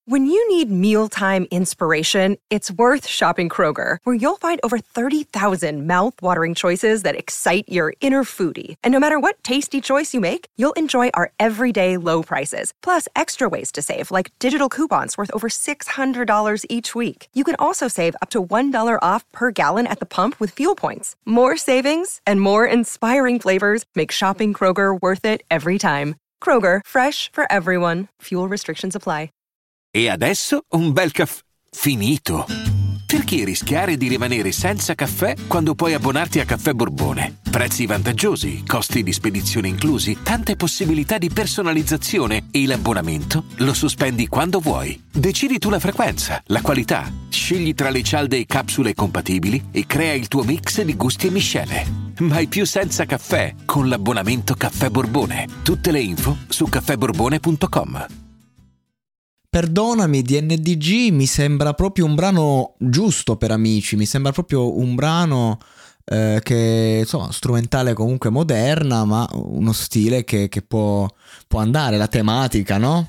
When you need mealtime inspiration, it's worth shopping Kroger, where you'll find over 30,000 mouth-watering choices that excite your inner foodie. And no matter what tasty choice you make, you'll enjoy our everyday low prices, plus extra ways to save, like digital coupons worth over $600 each week. You can also save up to $1 off per gallon at the pump with fuel points. More savings and more inspiring flavors make shopping Kroger worth it every time. Kroger, fresh for everyone. Fuel restrictions apply. E adesso un bel caffè finito. Perché rischiare di rimanere senza caffè quando puoi abbonarti a Caffè Borbone? Prezzi vantaggiosi, costi di spedizione inclusi, tante possibilità di personalizzazione e l'abbonamento lo sospendi quando vuoi. Decidi tu la frequenza, la qualità, scegli tra le cialde e capsule compatibili e crea il tuo mix di gusti e miscele. Mai più senza caffè con l'abbonamento Caffè Borbone. Tutte le info su caffèborbone.com. Perdonami di NDG mi sembra proprio un brano giusto per Amici, mi sembra proprio un brano che insomma strumentale comunque moderna, ma uno stile che può andare, la tematica, no?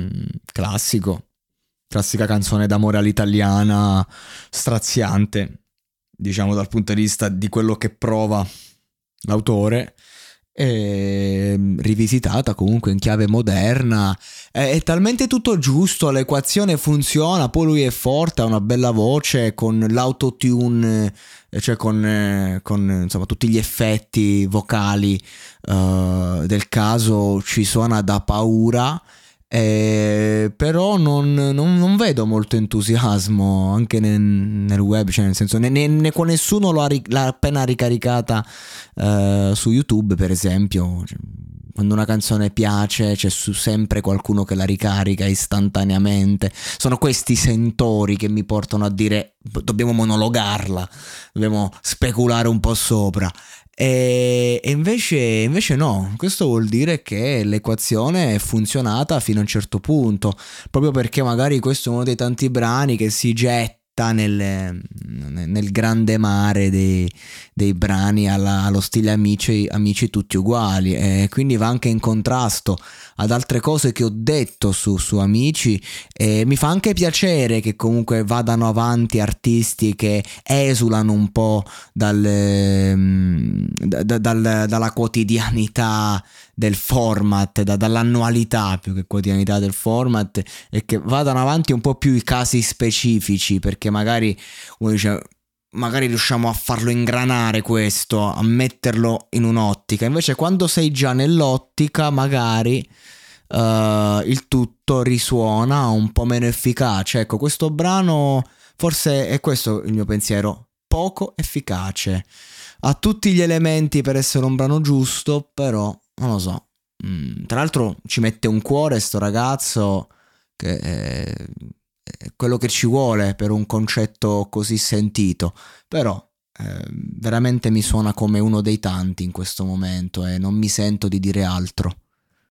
Classica canzone d'amore all'italiana, straziante, diciamo dal punto di vista di quello che prova l'autore. Rivisitata comunque in chiave moderna, è talmente tutto giusto, l'equazione funziona, poi lui è forte, ha una bella voce con l'autotune, cioè con insomma tutti gli effetti vocali del caso, ci suona da paura. Però non vedo molto entusiasmo anche nel web, cioè nel senso né con nessuno l'ha appena ricaricata su YouTube, per esempio. Cioè, quando una canzone piace c'è sempre qualcuno che la ricarica istantaneamente. Sono questi sentori che mi portano a dire dobbiamo monologarla, dobbiamo speculare un po' sopra. E invece no, questo vuol dire che l'equazione è funzionata fino a un certo punto, proprio perché magari questo è uno dei tanti brani che si getta nel grande mare dei brani allo stile amici tutti uguali, e quindi va anche in contrasto ad altre cose che ho detto su Amici, e mi fa anche piacere che comunque vadano avanti artisti che esulano un po' dalla quotidianità del format, dall'annualità più che quotidianità del format, e che vadano avanti un po' più i casi specifici, perché magari uno dice magari riusciamo a farlo ingranare questo, a metterlo in un'ottica, invece quando sei già nell'ottica magari il tutto risuona un po' meno efficace. Ecco, questo brano forse è questo il mio pensiero, poco efficace, ha tutti gli elementi per essere un brano giusto, però non lo so. Tra l'altro ci mette un cuore sto ragazzo, che è quello che ci vuole per un concetto così sentito, però veramente mi suona come uno dei tanti in questo momento e non mi sento di dire altro.